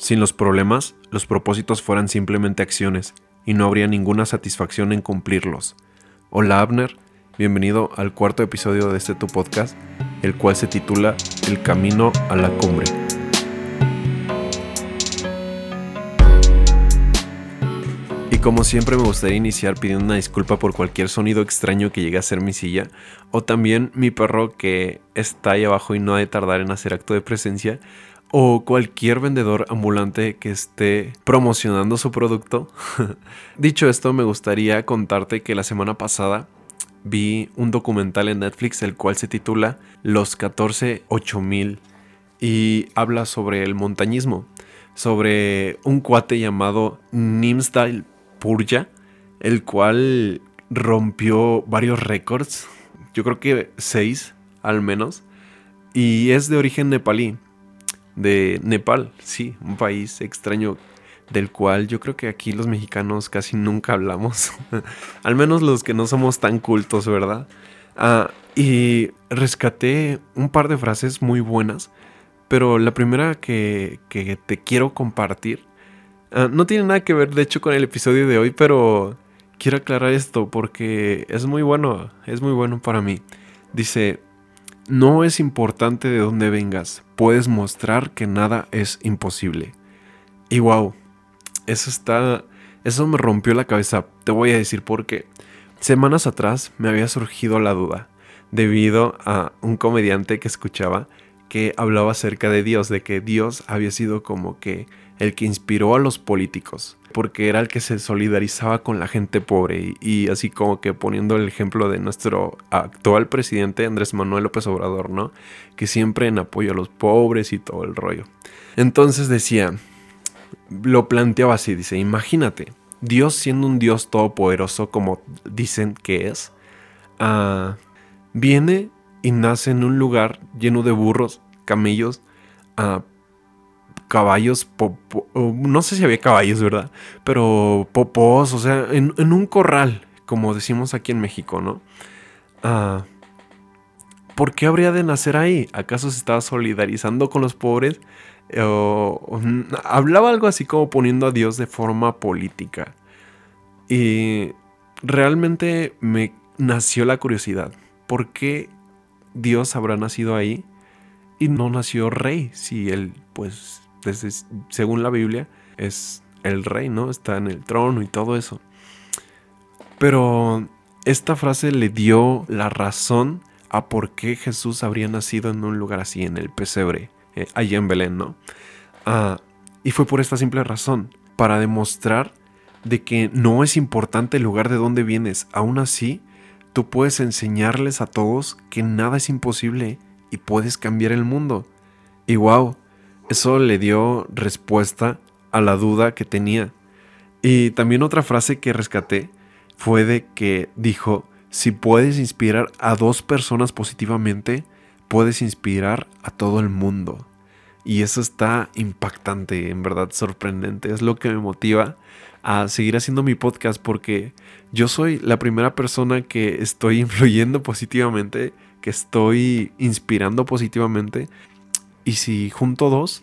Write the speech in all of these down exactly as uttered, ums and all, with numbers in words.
sin los problemas, los propósitos fueran simplemente acciones y no habría ninguna satisfacción en cumplirlos. Hola Abner, bienvenido al cuarto episodio de este tu podcast, el cual se titula El camino a la cumbre. Y como siempre me gustaría iniciar pidiendo una disculpa por cualquier sonido extraño que llegue a ser mi silla, o también mi perro que está ahí abajo y no ha de tardar en hacer acto de presencia, o cualquier vendedor ambulante que esté promocionando su producto. Dicho esto, me gustaría contarte que la semana pasada vi un documental en Netflix el cual se titula Los catorce ocho mil y habla sobre el montañismo, sobre un cuate llamado Nimsdal Purja, el cual rompió varios récords, yo creo que seis al menos, y es de origen nepalí. De Nepal, sí, un país extraño del cual yo creo que aquí los mexicanos casi nunca hablamos, al menos los que no somos tan cultos, ¿verdad? Ah, y rescaté un par de frases muy buenas, pero la primera que, que te quiero compartir ah, no tiene nada que ver de hecho con el episodio de hoy, pero quiero aclarar esto porque es muy bueno, es muy bueno para mí. Dice: no es importante de dónde vengas, puedes mostrar que nada es imposible. Y wow, eso está, eso me rompió la cabeza. Te voy a decir por qué. Semanas atrás me había surgido la duda, debido a un comediante que escuchaba que hablaba acerca de Dios, de que Dios había sido como que el que inspiró a los políticos, porque era el que se solidarizaba con la gente pobre, y, y así como que poniendo el ejemplo de nuestro actual presidente Andrés Manuel López Obrador, ¿no? Que siempre en apoyo a los pobres y todo el rollo. Entonces decía, lo planteaba así, dice, imagínate, Dios siendo un Dios todopoderoso como dicen que es, uh, viene y nace en un lugar lleno de burros, camellos, uh, caballos, po, po, no sé si había caballos, ¿verdad? Pero popós, o sea, en, en un corral, como decimos aquí en México, ¿no? Uh, ¿Por qué habría de nacer ahí? ¿Acaso se estaba solidarizando con los pobres? O, o, hablaba algo así como poniendo a Dios de forma política. Y realmente me nació la curiosidad. ¿Por qué Dios habrá nacido ahí y no nació rey? Si él, pues, desde, según la Biblia, es el rey, ¿no? Está en el trono y todo eso. Pero esta frase le dio la razón a por qué Jesús habría nacido en un lugar así, en el pesebre, eh, allá en Belén, ¿no? Ah, y fue por esta simple razón, para demostrar de que no es importante el lugar de donde vienes. Aún así, tú puedes enseñarles a todos que nada es imposible y puedes cambiar el mundo. Y wow, eso le dio respuesta a la duda que tenía. Y también otra frase que rescaté fue de que dijo: si puedes inspirar a dos personas positivamente, puedes inspirar a todo el mundo. Y eso está impactante, en verdad sorprendente. Es lo que me motiva a seguir haciendo mi podcast, porque yo soy la primera persona que estoy influyendo positivamente, que estoy inspirando positivamente. Y si junto dos,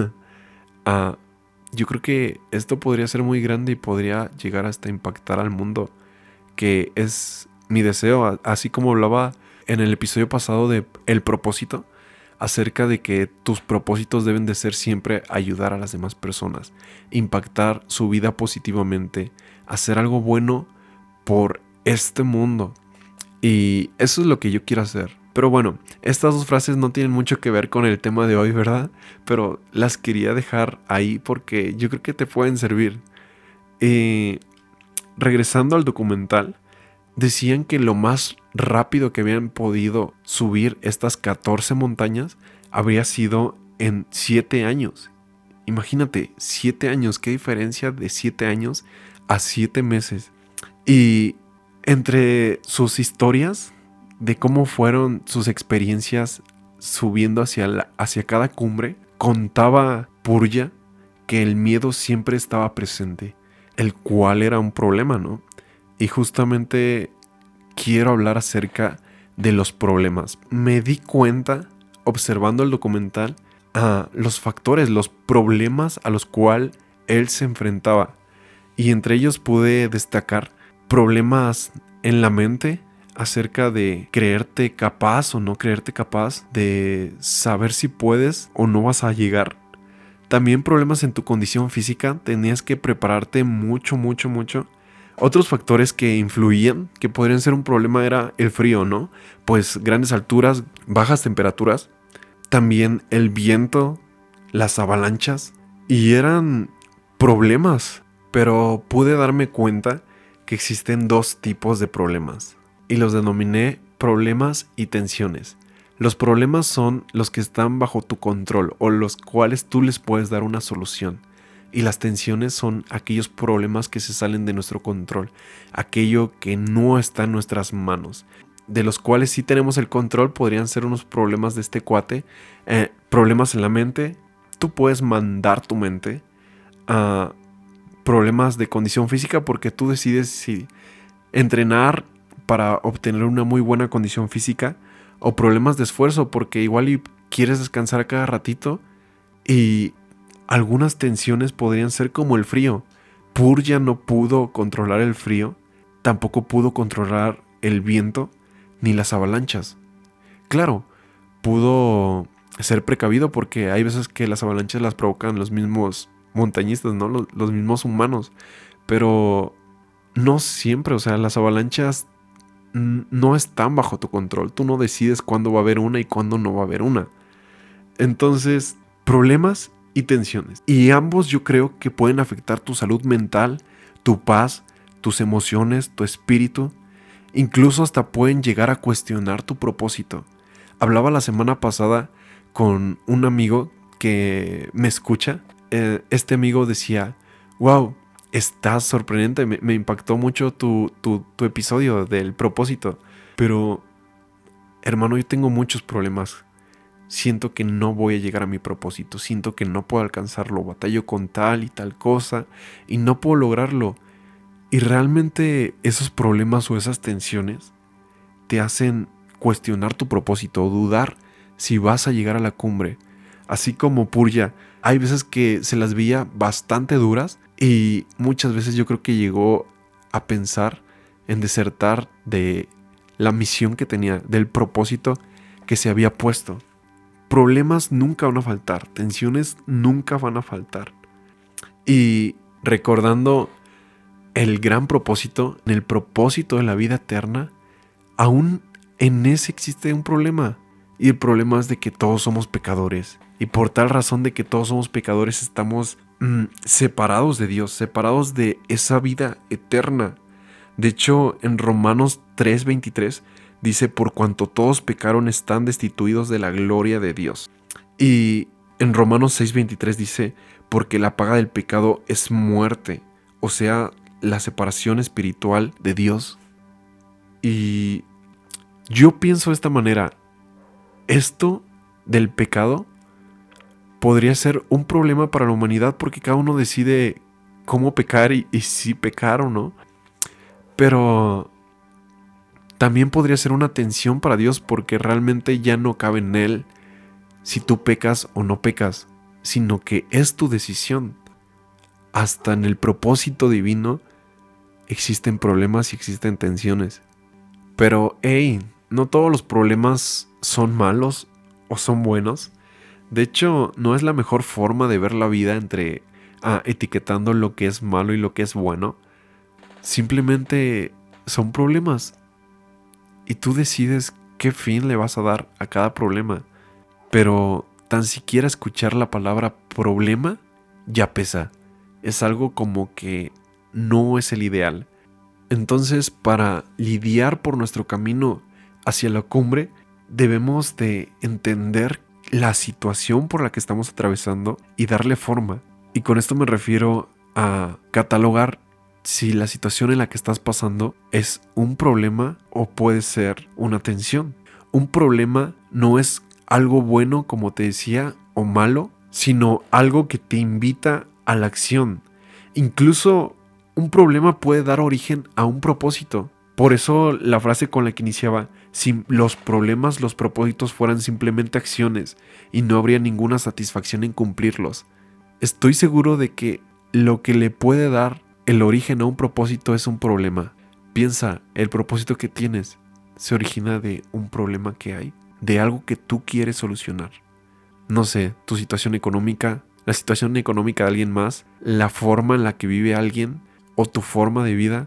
uh, yo creo que esto podría ser muy grande y podría llegar hasta impactar al mundo, que es mi deseo, así como hablaba en el episodio pasado de el propósito, acerca de que tus propósitos deben de ser siempre ayudar a las demás personas, impactar su vida positivamente, hacer algo bueno por este mundo. Y eso es lo que yo quiero hacer. Pero bueno, estas dos frases no tienen mucho que ver con el tema de hoy, ¿verdad? Pero las quería dejar ahí porque yo creo que te pueden servir. Eh, regresando al documental, decían que lo más rápido que habían podido subir estas catorce montañas habría sido en siete años. Imagínate, siete años, qué diferencia de siete años a siete meses. Y entre sus historias de cómo fueron sus experiencias subiendo hacia, la, hacia cada cumbre, contaba Purja que el miedo siempre estaba presente, el cual era un problema, ¿no? Y justamente quiero hablar acerca de los problemas. Me di cuenta, observando el documental, a los factores, los problemas a los cuales él se enfrentaba. Y entre ellos pude destacar problemas en la mente acerca de creerte capaz o no creerte capaz, de saber si puedes o no vas a llegar. También problemas en tu condición física, tenías que prepararte mucho, mucho, mucho. Otros factores que influían, que podrían ser un problema, era el frío, ¿no? Pues grandes alturas, bajas temperaturas, también el viento, las avalanchas, y eran problemas. Pero pude darme cuenta que existen dos tipos de problemas, y los denominé problemas y tensiones. Los problemas son los que están bajo tu control o los cuales tú les puedes dar una solución. Y las tensiones son aquellos problemas que se salen de nuestro control, aquello que no está en nuestras manos, de los cuales sí tenemos el control. Podrían ser unos problemas de este cuate, eh, problemas en la mente. Tú puedes mandar tu mente a problemas de condición física porque tú decides si entrenar para obtener una muy buena condición física, o problemas de esfuerzo porque igual y quieres descansar a cada ratito. Y algunas tensiones podrían ser como el frío. Purya no pudo controlar el frío, tampoco pudo controlar el viento ni las avalanchas. Claro, pudo ser precavido porque hay veces que las avalanchas las provocan los mismos montañistas, ¿no? Los, los mismos humanos. Pero no siempre, o sea, las avalanchas n- no están bajo tu control. Tú no decides cuándo va a haber una y cuándo no va a haber una. Entonces, problemas y tensiones. Y ambos yo creo que pueden afectar tu salud mental, tu paz, tus emociones, tu espíritu. Incluso hasta pueden llegar a cuestionar tu propósito. Hablaba la semana pasada con un amigo que me escucha. Eh, este amigo decía, wow, estás sorprendente, me, me impactó mucho tu, tu, tu episodio del propósito. Pero, hermano, yo tengo muchos problemas. Siento que no voy a llegar a mi propósito, siento que no puedo alcanzarlo, batallo con tal y tal cosa y no puedo lograrlo. Y realmente esos problemas o esas tensiones te hacen cuestionar tu propósito o dudar si vas a llegar a la cumbre. Así como Purya, hay veces que se las veía bastante duras y muchas veces yo creo que llegó a pensar en desertar de la misión que tenía, del propósito que se había puesto. Problemas nunca van a faltar, tensiones nunca van a faltar. Y recordando el gran propósito, en el propósito de la vida eterna, aún en ese existe un problema. Y el problema es de que todos somos pecadores. Y por tal razón de que todos somos pecadores, estamos mm, separados de Dios, separados de esa vida eterna. De hecho, en Romanos tres veintitrés dice, por cuanto todos pecaron están destituidos de la gloria de Dios. Y en Romanos seis veintitrés dice, porque la paga del pecado es muerte, o sea, la separación espiritual de Dios. Y yo pienso de esta manera, esto del pecado podría ser un problema para la humanidad porque cada uno decide cómo pecar y, y si pecar o no. Pero también podría ser una tensión para Dios porque realmente ya no cabe en Él si tú pecas o no pecas, sino que es tu decisión. Hasta en el propósito divino existen problemas y existen tensiones. Pero, hey, no todos los problemas son malos o son buenos. De hecho, no es la mejor forma de ver la vida entre ah, etiquetando lo que es malo y lo que es bueno. Simplemente son problemas. Y tú decides qué fin le vas a dar a cada problema. Pero tan siquiera escuchar la palabra problema ya pesa. Es algo como que no es el ideal. Entonces, para lidiar por nuestro camino hacia la cumbre, debemos de entender la situación por la que estamos atravesando y darle forma. Y con esto me refiero a catalogar si la situación en la que estás pasando es un problema o puede ser una tensión. Un problema no es algo bueno, como te decía, o malo, sino algo que te invita a la acción. Incluso un problema puede dar origen a un propósito. Por eso la frase con la que iniciaba, Si los problemas, los propósitos fueran simplemente acciones y no habría ninguna satisfacción en cumplirlos. Estoy seguro de que lo que le puede dar el origen a un propósito es un problema. Piensa, el propósito que tienes se origina de un problema que hay, de algo que tú quieres solucionar. No sé, tu situación económica, la situación económica de alguien más, la forma en la que vive alguien o tu forma de vida.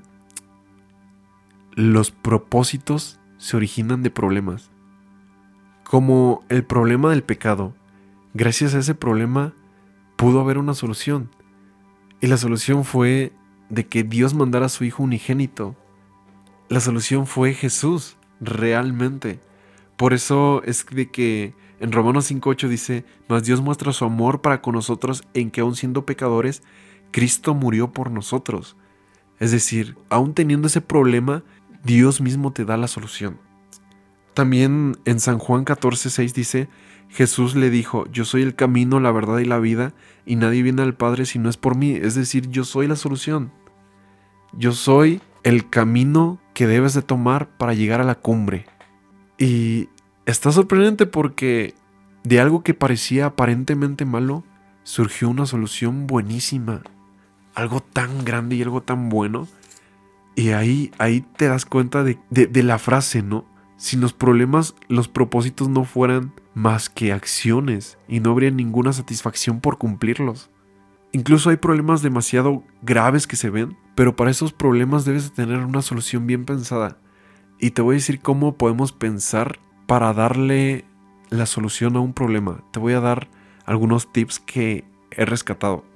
Los propósitos se originan de problemas. Como el problema del pecado. Gracias a ese problema pudo haber una solución. Y la solución fue de que Dios mandara a su Hijo unigénito. La solución fue Jesús, realmente. Por eso es de que en Romanos cinco ocho dice: mas Dios muestra su amor para con nosotros en que aun siendo pecadores, Cristo murió por nosotros. Es decir, aún teniendo ese problema, Dios mismo te da la solución. También en San Juan catorce seis dice: Jesús le dijo: yo soy el camino, la verdad y la vida, y nadie viene al Padre si no es por mí. Es decir, yo soy la solución. Yo soy el camino que debes de tomar para llegar a la cumbre. Y está sorprendente porque de algo que parecía aparentemente malo, surgió una solución buenísima. Algo tan grande y algo tan bueno. Y ahí, ahí te das cuenta de, de, de la frase, ¿no? Si los problemas, los propósitos no fueran más que acciones y no habría ninguna satisfacción por cumplirlos. Incluso hay problemas demasiado graves que se ven, pero para esos problemas debes de tener una solución bien pensada. Y te voy a decir cómo podemos pensar para darle la solución a un problema. Te voy a dar algunos tips que he rescatado.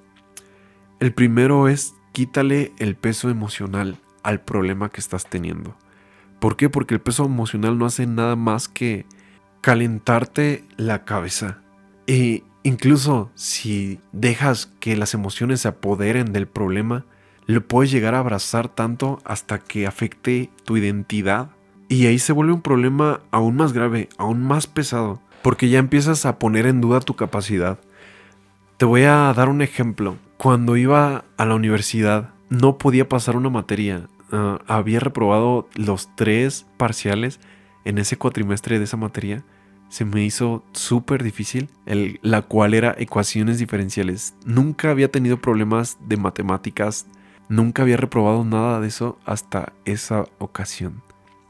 El primero es: quítale el peso emocional al problema que estás teniendo. ¿Por qué? Porque el peso emocional no hace nada más que calentarte la cabeza. E incluso si dejas que las emociones se apoderen del problema, lo puedes llegar a abrazar tanto hasta que afecte tu identidad. Y ahí se vuelve un problema aún más grave, aún más pesado, porque ya empiezas a poner en duda tu capacidad. Te voy a dar un ejemplo. Cuando iba a la universidad, no podía pasar una materia. Uh, había reprobado los tres parciales en ese cuatrimestre de esa materia. Se me hizo súper difícil, el, la cual era ecuaciones diferenciales. Nunca había tenido problemas de matemáticas, nunca había reprobado nada de eso hasta esa ocasión.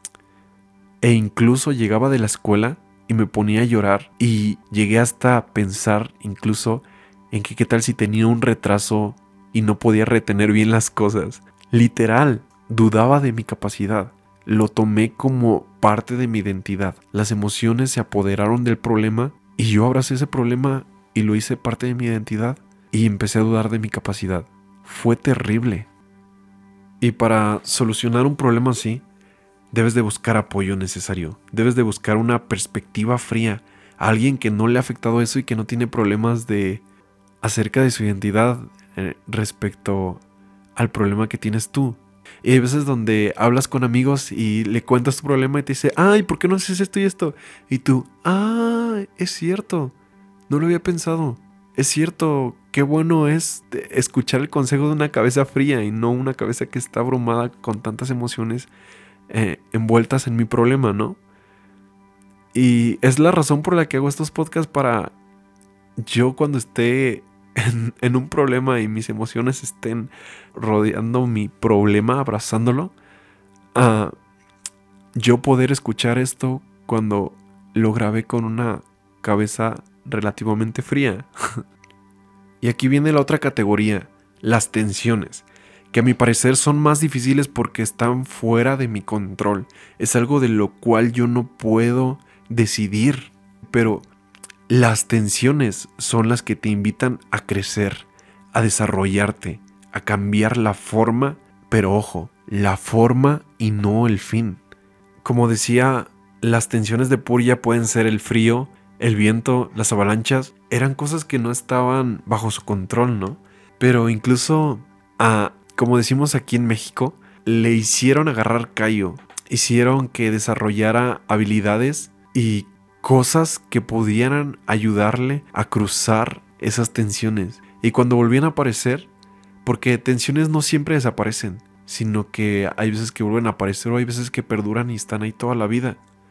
E incluso llegaba de la escuela y me ponía a llorar y llegué hasta pensar incluso en que qué tal si tenía un retraso y no podía retener bien las cosas. Literal, dudaba de mi capacidad. Lo tomé como parte de mi identidad. Las emociones se apoderaron del problema y yo abracé ese problema y lo hice parte de mi identidad y empecé a dudar de mi capacidad. Fue terrible. Y para solucionar un problema así, debes de buscar apoyo necesario. Debes de buscar una perspectiva fría. A alguien que no le ha afectado eso y que no tiene problemas de acerca de su identidad eh, respecto al problema que tienes tú. Y hay veces donde hablas con amigos y le cuentas tu problema y te dice: ay, ¿por qué no haces esto y esto? Y tú: ah, es cierto, no lo había pensado. Es cierto, qué bueno es escuchar el consejo de una cabeza fría y no una cabeza que está abrumada con tantas emociones eh, envueltas en mi problema, ¿no? Y es la razón por la que hago estos podcasts, para yo cuando esté En, en un problema y mis emociones estén rodeando mi problema, abrazándolo, uh, yo poder escuchar esto cuando lo grabé con una cabeza relativamente fría. Y aquí viene la otra categoría, las tensiones, que a mi parecer son más difíciles porque están fuera de mi control. Es algo de lo cual yo no puedo decidir, pero las tensiones son las que te invitan a crecer, a desarrollarte, a cambiar la forma, pero ojo, la forma y no el fin. Como decía, las tensiones de Puria pueden ser el frío, el viento, las avalanchas. Eran cosas que no estaban bajo su control, ¿no? Pero incluso, a, como decimos aquí en México, le hicieron agarrar callo, hicieron que desarrollara habilidades y cosas que pudieran ayudarle a cruzar esas tensiones. Y cuando volvían a aparecer, porque tensiones no siempre desaparecen, sino que hay veces que vuelven a aparecer o hay veces que perduran y están ahí toda la vida.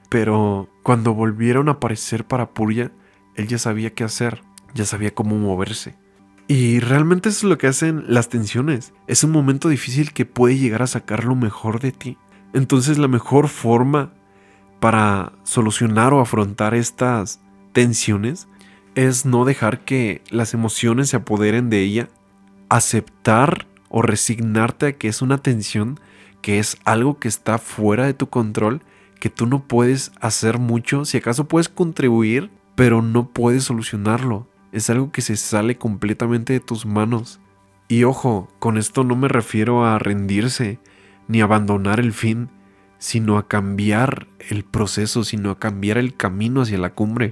Pero cuando volvieron a aparecer para Purya, él ya sabía qué hacer, ya sabía cómo moverse. Y realmente eso es lo que hacen las tensiones. Es un momento difícil que puede llegar a sacar lo mejor de ti. Entonces la mejor forma para solucionar o afrontar estas tensiones es no dejar que las emociones se apoderen de ella, aceptar o resignarte a que es una tensión, que es algo que está fuera de tu control, que tú no puedes hacer mucho, si acaso puedes contribuir, pero no puedes solucionarlo. Es algo que se sale completamente de tus manos. Y ojo, con esto no me refiero a rendirse ni abandonar el fin, sino a cambiar el proceso, sino a cambiar el camino hacia la cumbre.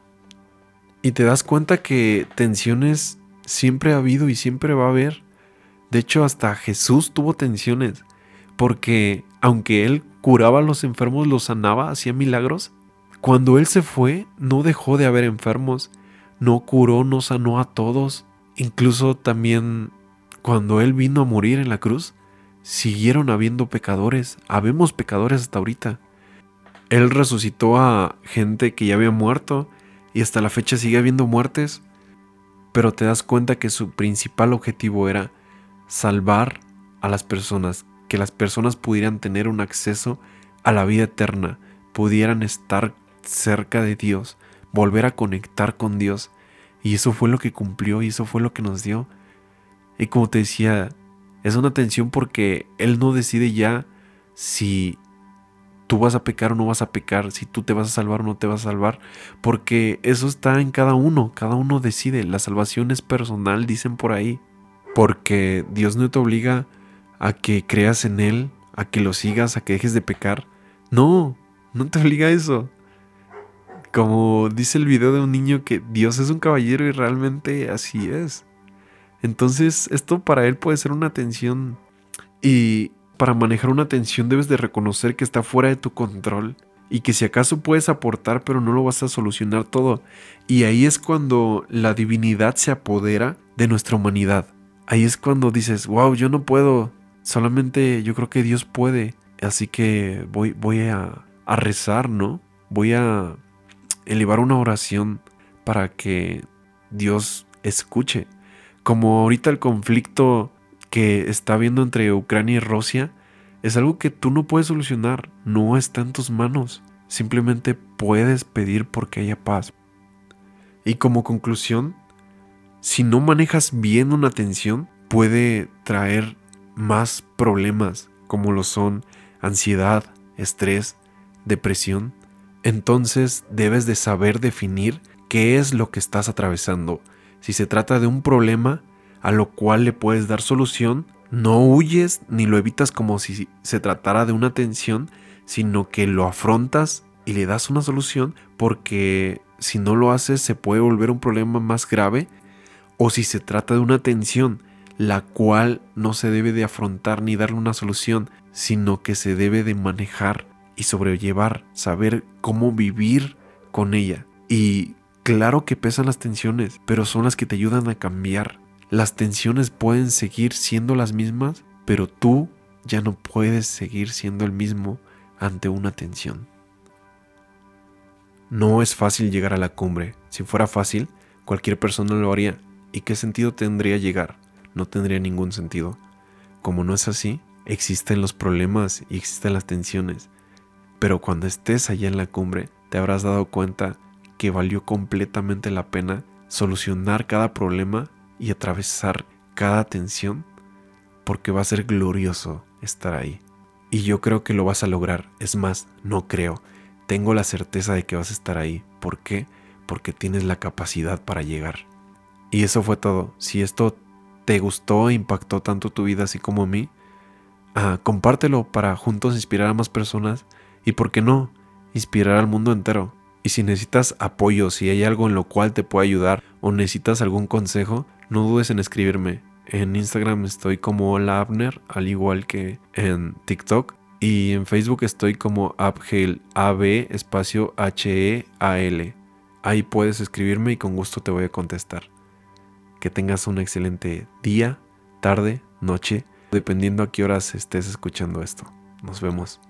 Y te das cuenta que tensiones siempre ha habido y siempre va a haber. De hecho, hasta Jesús tuvo tensiones, porque aunque él curaba a los enfermos, los sanaba, hacía milagros, cuando él se fue no dejó de haber enfermos, no curó, no sanó a todos. Incluso también cuando él vino a morir en la cruz, siguieron habiendo pecadores, habemos pecadores hasta ahorita. Él resucitó a gente que ya había muerto y hasta la fecha sigue habiendo muertes, pero te das cuenta que su principal objetivo era salvar a las personas, que las personas pudieran tener un acceso a la vida eterna, pudieran estar cerca de Dios, volver a conectar con Dios. Y eso fue lo que cumplió y eso fue lo que nos dio. Y como te decía, es una tensión porque Él no decide ya si tú vas a pecar o no vas a pecar, si tú te vas a salvar o no te vas a salvar, porque eso está en cada uno, cada uno decide. La salvación es personal, dicen por ahí, porque Dios no te obliga a que creas en Él, a que lo sigas, a que dejes de pecar. No, no te obliga a eso. Como dice el video de un niño, que Dios es un caballero y realmente así es. Entonces esto para Él puede ser una tensión, y para manejar una tensión debes de reconocer que está fuera de tu control y que si acaso puedes aportar, pero no lo vas a solucionar todo. Y ahí es cuando la divinidad se apodera de nuestra humanidad. Ahí es cuando dices, wow, yo no puedo, solamente yo creo que Dios puede. Así que voy, voy a, a rezar, ¿no? Voy a elevar una oración para que Dios escuche. Como ahorita el conflicto que está habiendo entre Ucrania y Rusia es algo que tú no puedes solucionar, no está en tus manos. Simplemente puedes pedir porque haya paz. Y como conclusión, si no manejas bien una tensión, puede traer más problemas, como lo son ansiedad, estrés, depresión. Entonces debes de saber definir qué es lo que estás atravesando. Si se trata de un problema a lo cual le puedes dar solución, no huyes ni lo evitas como si se tratara de una tensión, sino que lo afrontas y le das una solución, porque si no lo haces se puede volver un problema más grave. O si se trata de una tensión, la cual no se debe de afrontar ni darle una solución, sino que se debe de manejar y sobrellevar, saber cómo vivir con ella. Y claro que pesan las tensiones, pero son las que te ayudan a cambiar. Las tensiones pueden seguir siendo las mismas, pero tú ya no puedes seguir siendo el mismo ante una tensión. No es fácil llegar a la cumbre. Si fuera fácil, cualquier persona lo haría. ¿Y qué sentido tendría llegar? No tendría ningún sentido. Como no es así, existen los problemas y existen las tensiones. Pero cuando estés allá en la cumbre, te habrás dado cuenta que valió completamente la pena solucionar cada problema y atravesar cada tensión, porque va a ser glorioso estar ahí. Y yo creo que lo vas a lograr. Es más, no creo. Tengo la certeza de que vas a estar ahí. ¿Por qué? Porque tienes la capacidad para llegar. Y eso fue todo. Si esto te gustó e impactó tanto tu vida así como a mí, ah, compártelo para juntos inspirar a más personas y, ¿por qué no?, inspirar al mundo entero. Y si necesitas apoyo, si hay algo en lo cual te pueda ayudar o necesitas algún consejo, no dudes en escribirme. En Instagram estoy como Hola Abner, al igual que en TikTok. Y en Facebook estoy como Abheal, A B espacio H E A L. Ahí puedes escribirme y con gusto te voy a contestar. Que tengas un excelente día, tarde, noche, dependiendo a qué horas estés escuchando esto. Nos vemos.